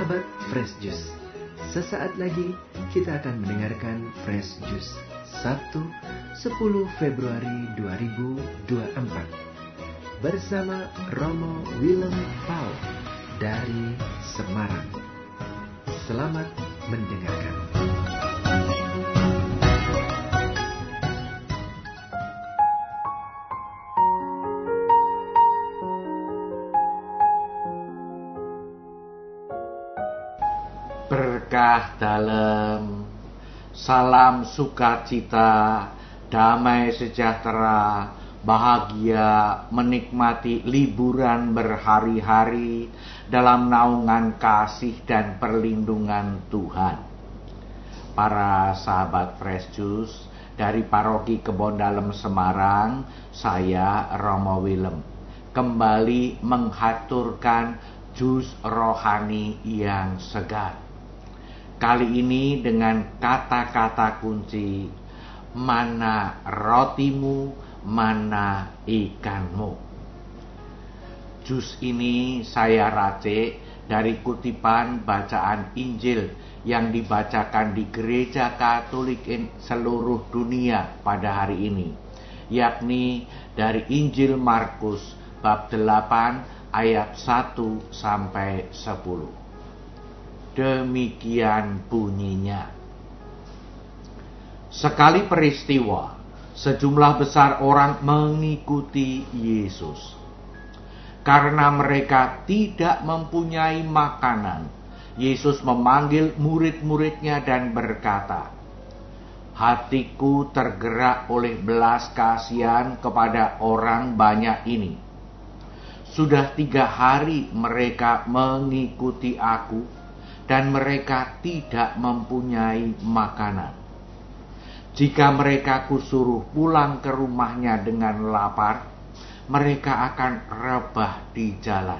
Sahabat Fresh Juice, sesaat lagi kita akan mendengarkan Fresh Juice Sabtu 10 Februari 2024 bersama Romo Willem Pau dari Semarang. Selamat mendengarkan. Berkah dalam, salam sukacita, damai sejahtera, bahagia menikmati liburan berhari-hari dalam naungan kasih dan perlindungan Tuhan. Para sahabat Fresh Juice dari Paroki Kebon Dalem Semarang, saya Romo Willem kembali menghaturkan jus rohani yang segar. Kali ini dengan kata-kata kunci, mana rotimu, mana ikanmu. Jus ini saya racik dari kutipan bacaan Injil yang dibacakan di Gereja Katolik seluruh dunia pada hari ini, yakni dari Injil Markus bab 8 ayat 1 sampai 10. Demikian bunyinya. Sekali peristiwa, sejumlah besar orang mengikuti Yesus. Karena mereka tidak mempunyai makanan, Yesus memanggil murid-muridnya dan berkata, "Hatiku tergerak oleh belas kasihan kepada orang banyak ini. Sudah 3 hari mereka mengikuti aku, dan mereka tidak mempunyai makanan. Jika mereka kusuruh pulang ke rumahnya dengan lapar, mereka akan rebah di jalan.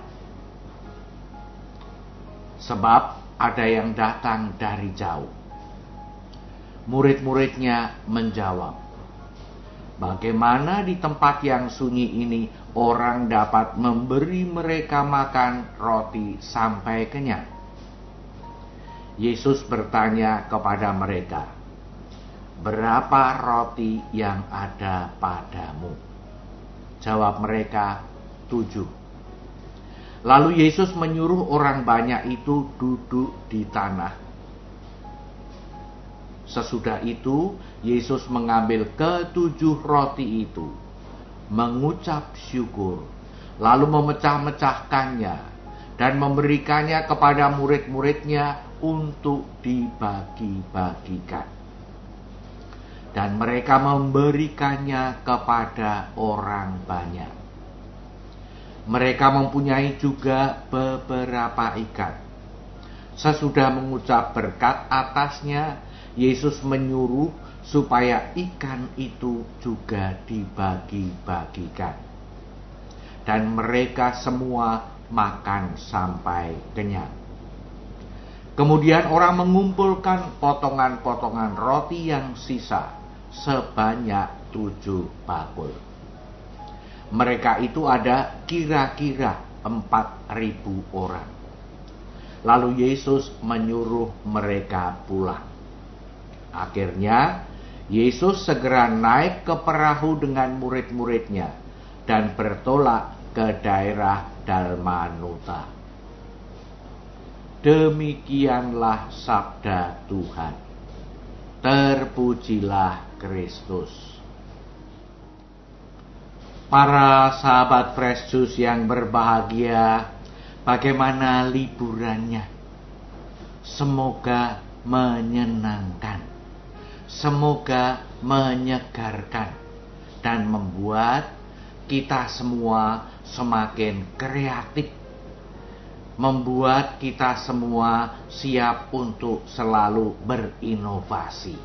Sebab ada yang datang dari jauh." Murid-muridnya menjawab, "Bagaimana di tempat yang sunyi ini orang dapat memberi mereka makan roti sampai kenyang?" Yesus bertanya kepada mereka, "Berapa roti yang ada padamu?" Jawab mereka, 7. Lalu Yesus menyuruh orang banyak itu duduk di tanah. Sesudah itu, Yesus mengambil ke-7 roti itu, mengucap syukur, lalu memecah-mecahkannya, dan memberikannya kepada murid-muridnya untuk dibagi-bagikan. Dan mereka memberikannya kepada orang banyak. Mereka mempunyai juga beberapa ikan. Sesudah mengucap berkat atasnya, Yesus menyuruh supaya ikan itu juga dibagi-bagikan. Dan mereka semua makan sampai kenyang. Kemudian orang mengumpulkan potongan-potongan roti yang sisa sebanyak 7 bakul. Mereka itu ada kira-kira 4.000 orang. Lalu Yesus menyuruh mereka pulang. Akhirnya Yesus segera naik ke perahu dengan murid-muridnya dan bertolak ke daerah Dalmanuta. Demikianlah sabda Tuhan. Terpujilah Kristus. Para sahabat Fresh Juice yang berbahagia, bagaimana liburannya? Semoga menyenangkan, semoga menyegarkan, dan membuat kita semua semakin kreatif, membuat kita semua siap untuk selalu berinovasi.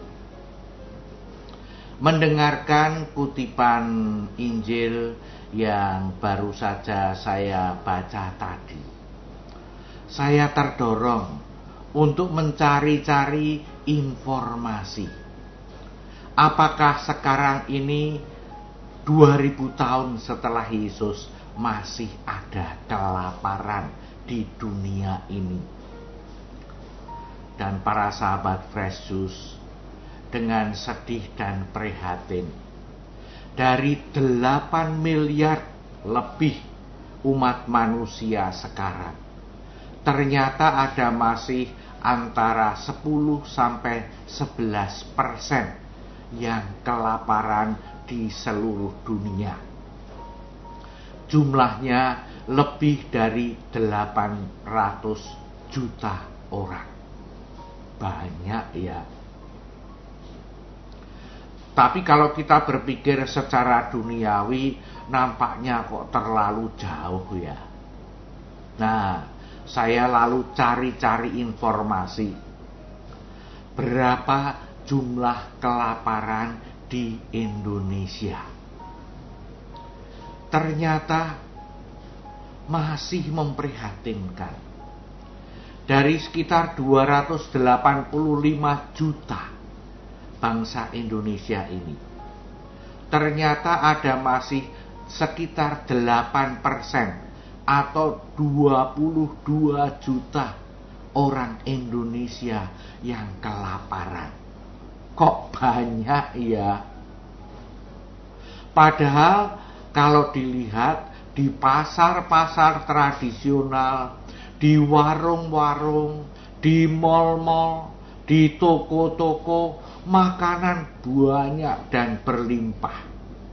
Mendengarkan kutipan Injil yang baru saja saya baca tadi, saya terdorong untuk mencari-cari informasi. Apakah sekarang ini 2000 tahun setelah Yesus masih ada kelaparan di dunia ini? dan para sahabat Fresh Juice dengan sedih dan prihatin. Dari 8 miliar lebih umat manusia sekarang, ternyata ada masih antara 10 sampai 11% yang kelaparan di seluruh dunia. Jumlahnya lebih dari 800 juta orang. Banyak ya. Tapi kalau kita berpikir secara duniawi, nampaknya kok terlalu jauh ya. Nah, saya lalu cari-cari informasi. Berapa jumlah kelaparan di Indonesia? Ternyata masih memprihatinkan. Dari sekitar 285 juta bangsa Indonesia ini, ternyata ada masih sekitar 8% atau 22 juta orang Indonesia yang kelaparan. Kok banyak ya? Padahal kalau dilihat di pasar-pasar tradisional, di warung-warung, di mal-mal, di toko-toko, makanan banyak dan berlimpah.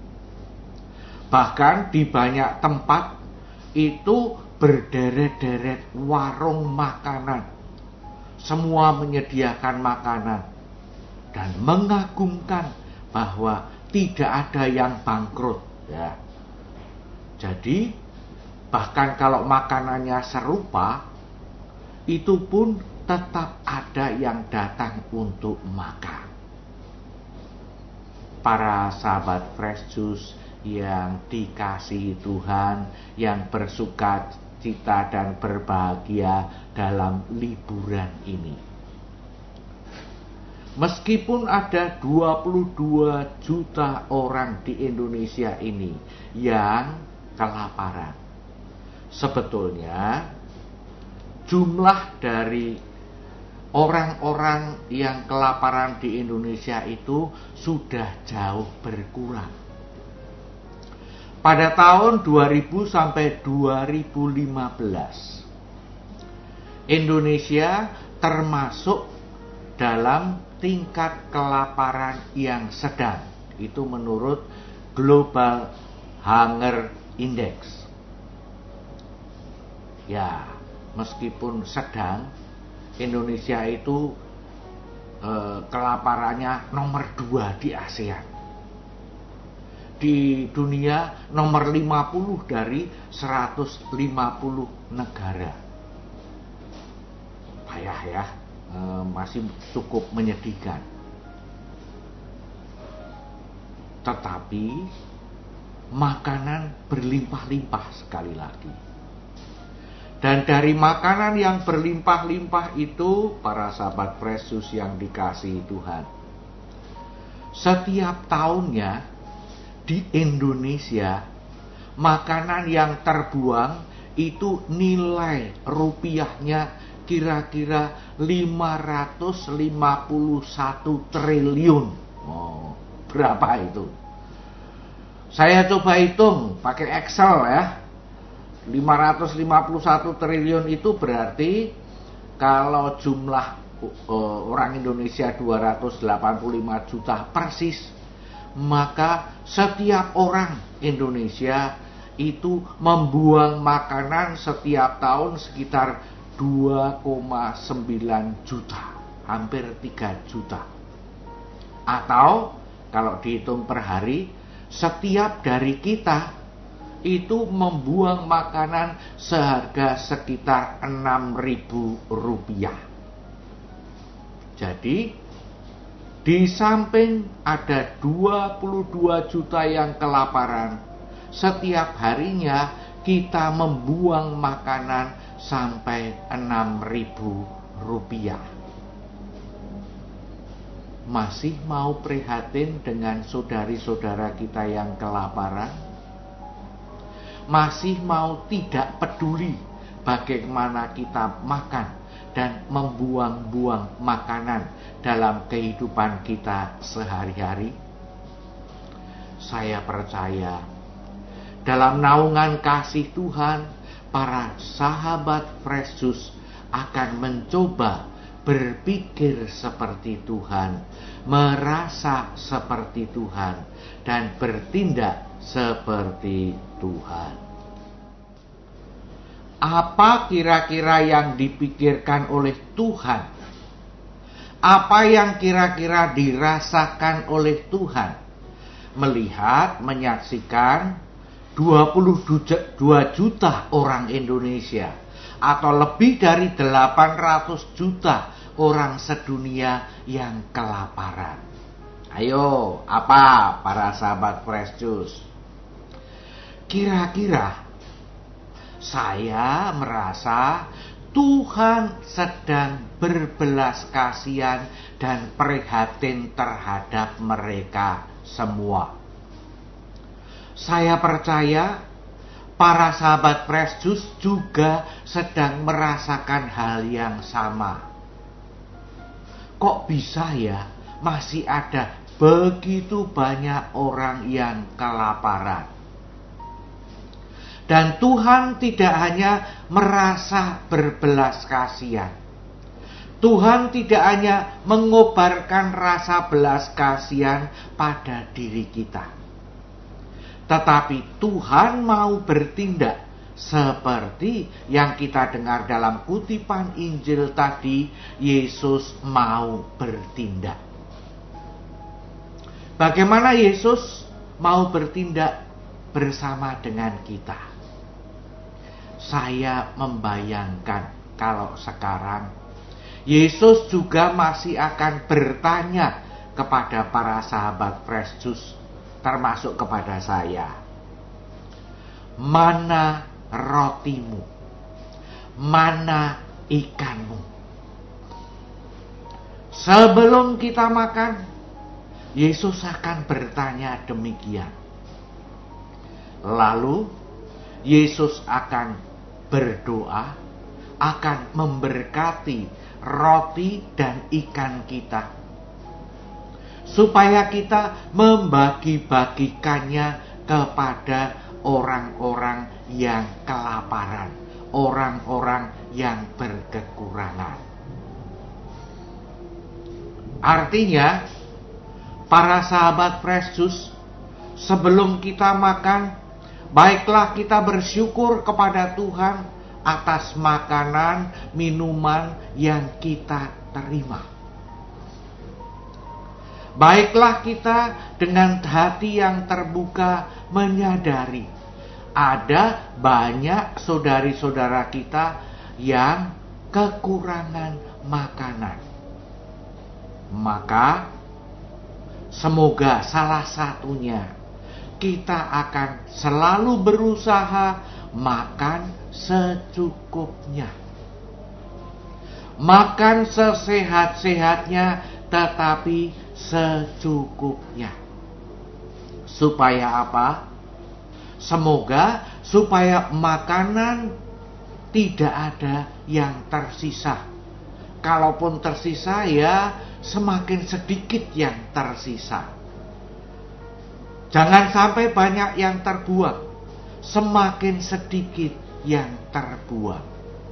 Bahkan di banyak tempat itu berderet-deret warung makanan. Semua menyediakan makanan dan mengagumkan bahwa tidak ada yang bangkrut ya. Jadi bahkan kalau makanannya serupa, itu pun tetap ada yang datang untuk makan. Para sahabat Fresh Juice yang dikasihi Tuhan, yang bersuka cita dan berbahagia dalam liburan ini. Meskipun ada 22 juta orang di Indonesia ini yang kelaparan, sebetulnya jumlah dari orang-orang yang kelaparan di Indonesia itu sudah jauh berkurang. Pada tahun 2000 sampai 2015, Indonesia termasuk dalam tingkat kelaparan yang sedang. Itu menurut Global Hunger Index. Ya, meskipun sedang, Indonesia itu kelaparannya nomor 2 di ASEAN. Di dunia nomor 50 dari 150 negara. Payah ya, masih cukup menyedihkan. Tetapi makanan berlimpah-limpah sekali lagi. Dan dari makanan yang berlimpah-limpah itu, para sahabat Fresh Juice yang dikasihi Tuhan, setiap tahunnya di Indonesia, makanan yang terbuang itu nilai rupiahnya kira-kira 551 triliun. Oh, berapa itu? Saya coba hitung pakai Excel ya. 551 triliun itu berarti kalau jumlah orang Indonesia 285 juta persis, maka setiap orang Indonesia itu membuang makanan setiap tahun sekitar 2,9 juta, hampir 3 juta. Atau kalau dihitung per hari, setiap dari kita itu membuang makanan seharga sekitar 6.000 rupiah. Jadi di samping ada 22 juta yang kelaparan, setiap harinya kita membuang makanan sampai 6.000 rupiah. Masih mau prihatin dengan saudari-saudara kita yang kelaparan? Masih mau tidak peduli bagaimana kita makan dan membuang-buang makanan dalam kehidupan kita sehari-hari? Saya percaya dalam naungan kasih Tuhan, para sahabat Fresh Juice akan mencoba berpikir seperti Tuhan, merasa seperti Tuhan, dan bertindak seperti Tuhan. Apa kira-kira yang dipikirkan oleh Tuhan? Apa yang kira-kira dirasakan oleh Tuhan? Melihat, menyaksikan 22 juta orang Indonesia atau lebih dari 800 juta orang sedunia yang kelaparan. Ayo, apa para sahabat Fresh Juice? Kira-kira saya merasa Tuhan sedang berbelas kasihan dan prihatin terhadap mereka semua. Saya percaya para sahabat Fresh Juice juga sedang merasakan hal yang sama. Kok bisa ya masih ada begitu banyak orang yang kelaparan? Dan Tuhan tidak hanya merasa berbelas kasihan. Tuhan tidak hanya mengobarkan rasa belas kasihan pada diri kita. Tetapi Tuhan mau bertindak seperti yang kita dengar dalam kutipan Injil tadi. Yesus mau bertindak. Bagaimana Yesus mau bertindak bersama dengan kita? Saya membayangkan kalau sekarang Yesus juga masih akan bertanya kepada para sahabat Fresh Juice, termasuk kepada saya. Mana rotimu? Mana ikanmu? Sebelum kita makan, Yesus akan bertanya demikian. Lalu Yesus akan berdoa, akan memberkati roti dan ikan kita, supaya kita membagi-bagikannya kepada orang-orang yang kelaparan, orang-orang yang berkekurangan. Artinya, para sahabat Fresh Juice, sebelum kita makan, baiklah kita bersyukur kepada Tuhan atas makanan, minuman yang kita terima. Baiklah kita dengan hati yang terbuka menyadari ada banyak saudari-saudara kita yang kekurangan makanan. Maka semoga salah satunya kita akan selalu berusaha makan secukupnya. Makan sesehat-sehatnya, tetapi secukupnya. Supaya apa? Semoga supaya makanan tidak ada yang tersisa. Kalaupun tersisa, ya semakin sedikit yang tersisa. Jangan sampai banyak yang terbuang, semakin sedikit yang terbuang.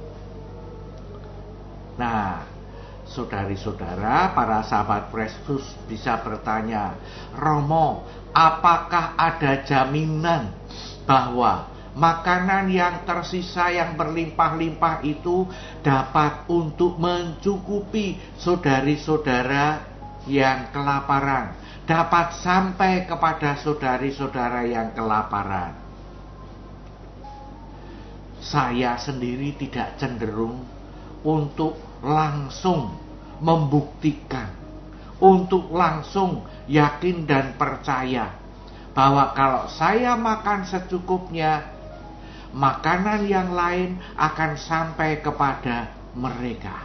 Nah, saudari-saudara, para sahabat Fresh Juice bisa bertanya, Romo, apakah ada jaminan bahwa makanan yang tersisa yang berlimpah-limpah itu dapat untuk mencukupi saudari-saudara yang kelaparan, dapat sampai kepada saudari-saudara yang kelaparan? Saya sendiri tidak cenderung untuk langsung membuktikan, untuk langsung yakin dan percaya bahwa kalau saya makan secukupnya, makanan yang lain akan sampai kepada mereka.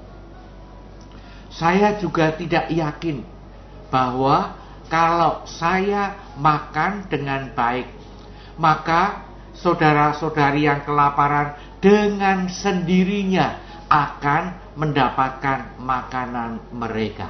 Saya juga tidak yakin bahwa kalau saya makan dengan baik, maka saudara-saudari yang kelaparan dengan sendirinya akan mendapatkan makanan mereka.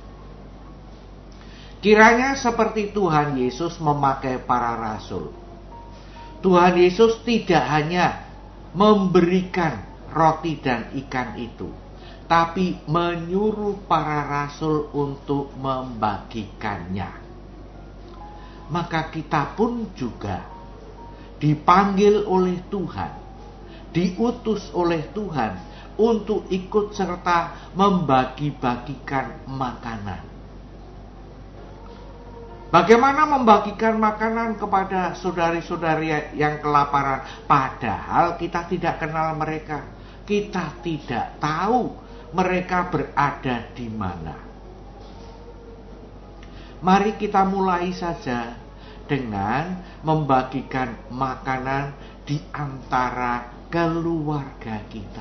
Kiranya seperti Tuhan Yesus memakai para rasul. Tuhan Yesus tidak hanya memberikan roti dan ikan itu, tapi menyuruh para rasul untuk membagikannya. Maka kita pun juga dipanggil oleh Tuhan, diutus oleh Tuhan untuk ikut serta membagi-bagikan makanan. Bagaimana membagikan makanan kepada saudari-saudari yang kelaparan, padahal kita tidak kenal mereka. Kita tidak tahu mereka berada di mana. Mari kita mulai saja dengan membagikan makanan di antara keluarga kita.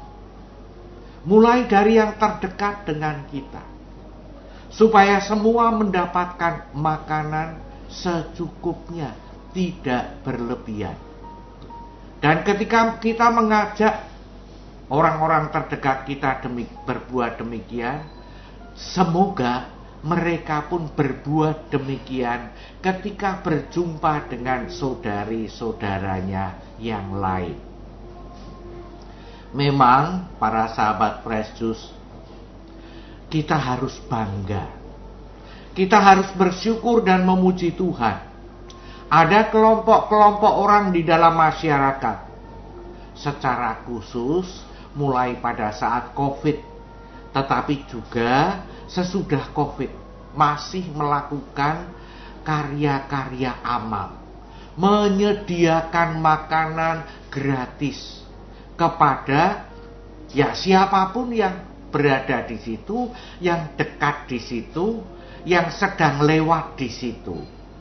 Mulai dari yang terdekat dengan kita, supaya semua mendapatkan makanan secukupnya, tidak berlebihan. Dan ketika kita mengajak orang-orang terdekat kita berbuat demikian, semoga mereka pun berbuat demikian ketika berjumpa dengan saudari-saudaranya yang lain. Memang para sahabat Fresh Juice, kita harus bangga. Kita harus bersyukur dan memuji Tuhan. Ada kelompok-kelompok orang di dalam masyarakat, secara khusus mulai pada saat COVID, tetapi juga sesudah COVID, masih melakukan karya-karya amal, menyediakan makanan gratis kepada siapapun yang berada di situ, yang dekat di situ, yang sedang lewat di situ.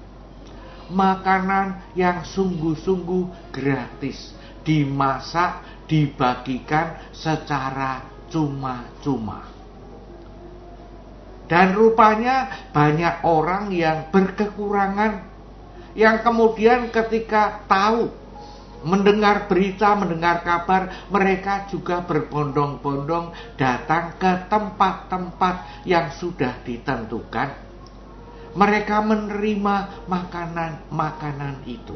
Makanan yang sungguh-sungguh gratis, dimasak, dibagikan secara cuma-cuma. Dan rupanya banyak orang yang berkekurangan, yang kemudian ketika tahu, mendengar berita, mendengar kabar, mereka juga berbondong-bondong datang ke tempat-tempat yang sudah ditentukan. Mereka menerima makanan-makanan itu.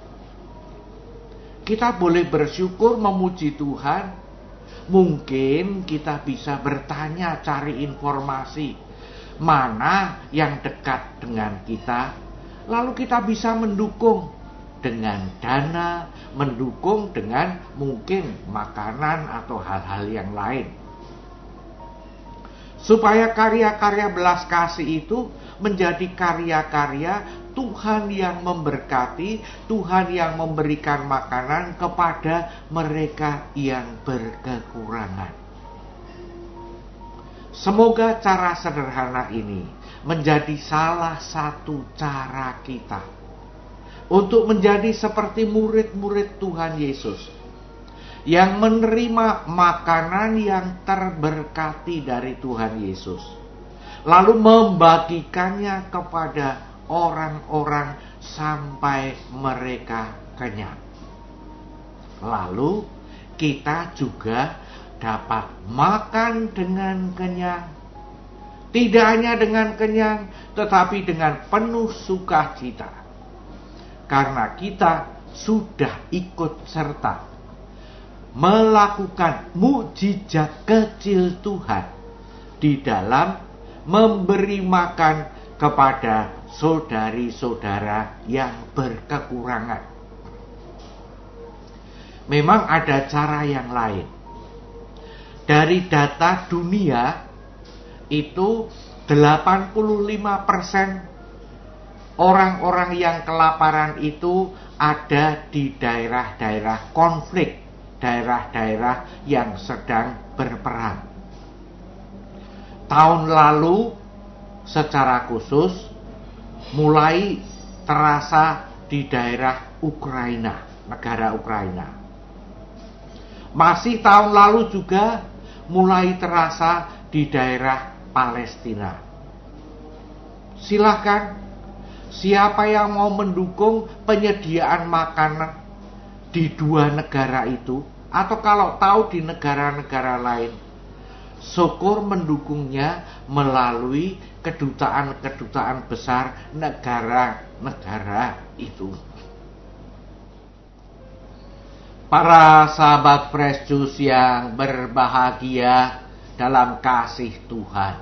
Kita boleh bersyukur, memuji Tuhan. Mungkin kita bisa bertanya, cari informasi mana yang dekat dengan kita, lalu kita bisa mendukung dengan dana, mendukung dengan mungkin makanan atau hal-hal yang lain, supaya karya-karya belas kasih itu menjadi karya-karya Tuhan yang memberkati, Tuhan yang memberikan makanan kepada mereka yang berkekurangan. Semoga cara sederhana ini menjadi salah satu cara kita untuk menjadi seperti murid-murid Tuhan Yesus yang menerima makanan yang terberkati dari Tuhan Yesus, lalu membagikannya kepada orang-orang sampai mereka kenyang. Lalu kita juga dapat makan dengan kenyang. Tidak hanya dengan kenyang, tetapi dengan penuh sukacita, karena kita sudah ikut serta melakukan mukjizat kecil Tuhan di dalam memberi makan kepada saudari-saudara yang berkekurangan. Memang ada cara yang lain. Dari data dunia itu 85% orang-orang yang kelaparan itu ada di daerah-daerah konflik, daerah-daerah yang sedang berperang. Tahun lalu secara khusus mulai terasa di daerah Ukraina, negara Ukraina. Masih tahun lalu juga mulai terasa di daerah Palestina. Silakan, siapa yang mau mendukung penyediaan makanan di dua negara itu, Atau kalau tahu di negara-negara lain, syukur mendukungnya melalui kedutaan-kedutaan besar negara-negara itu. Para sahabat Fresh Juice yang berbahagia dalam kasih Tuhan.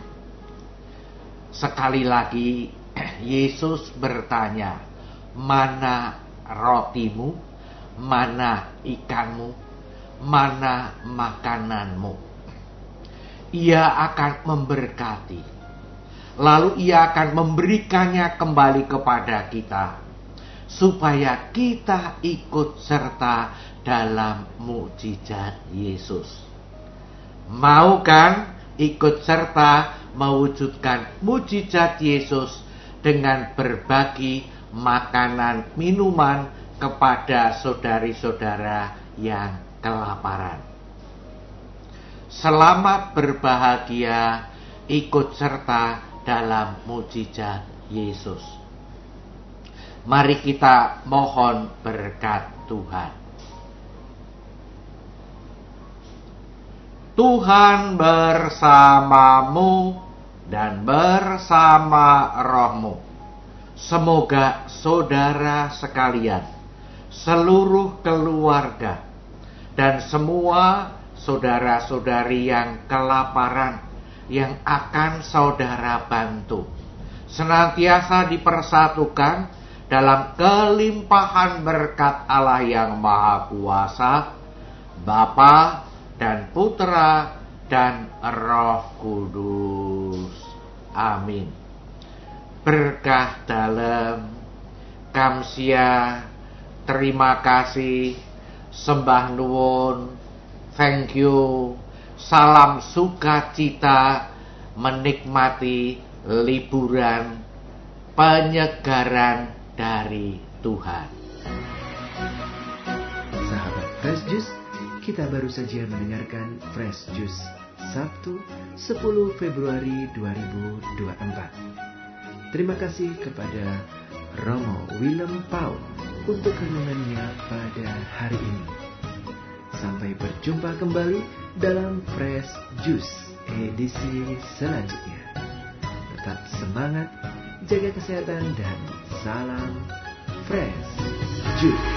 Sekali lagi Yesus bertanya, mana rotimu, mana ikanmu, mana makananmu? Ia akan memberkati. Lalu ia akan memberikannya kembali kepada kita, supaya kita ikut serta dalam mukjizat Yesus. Mau kan ikut serta mewujudkan mukjizat Yesus dengan berbagi makanan minuman kepada saudari-saudara yang kelaparan. Selamat berbahagia ikut serta dalam mukjizat Yesus. Mari kita mohon berkat Tuhan. Tuhan bersamamu dan bersama rohmu. Semoga saudara sekalian, seluruh keluarga, dan semua saudara-saudari yang kelaparan yang akan saudara bantu, senantiasa dipersatukan dalam kelimpahan berkat Allah yang Maha Kuasa, Bapa dan Putra dan Roh Kudus. Amin. Berkah dalam, kamsia, terima kasih, sembah nuwun, thank you, salam sukacita, menikmati liburan, penyegaran dari Tuhan. Sahabat Fresh Juice, kita baru saja mendengarkan Fresh Juice Sabtu 10 Februari 2024. Terima kasih kepada Romo Willem Paul untuk renungannya pada hari ini. Sampai berjumpa kembali dalam Fresh Juice edisi selanjutnya. Tetap semangat, jaga kesehatan, dan salam Fresh Juice.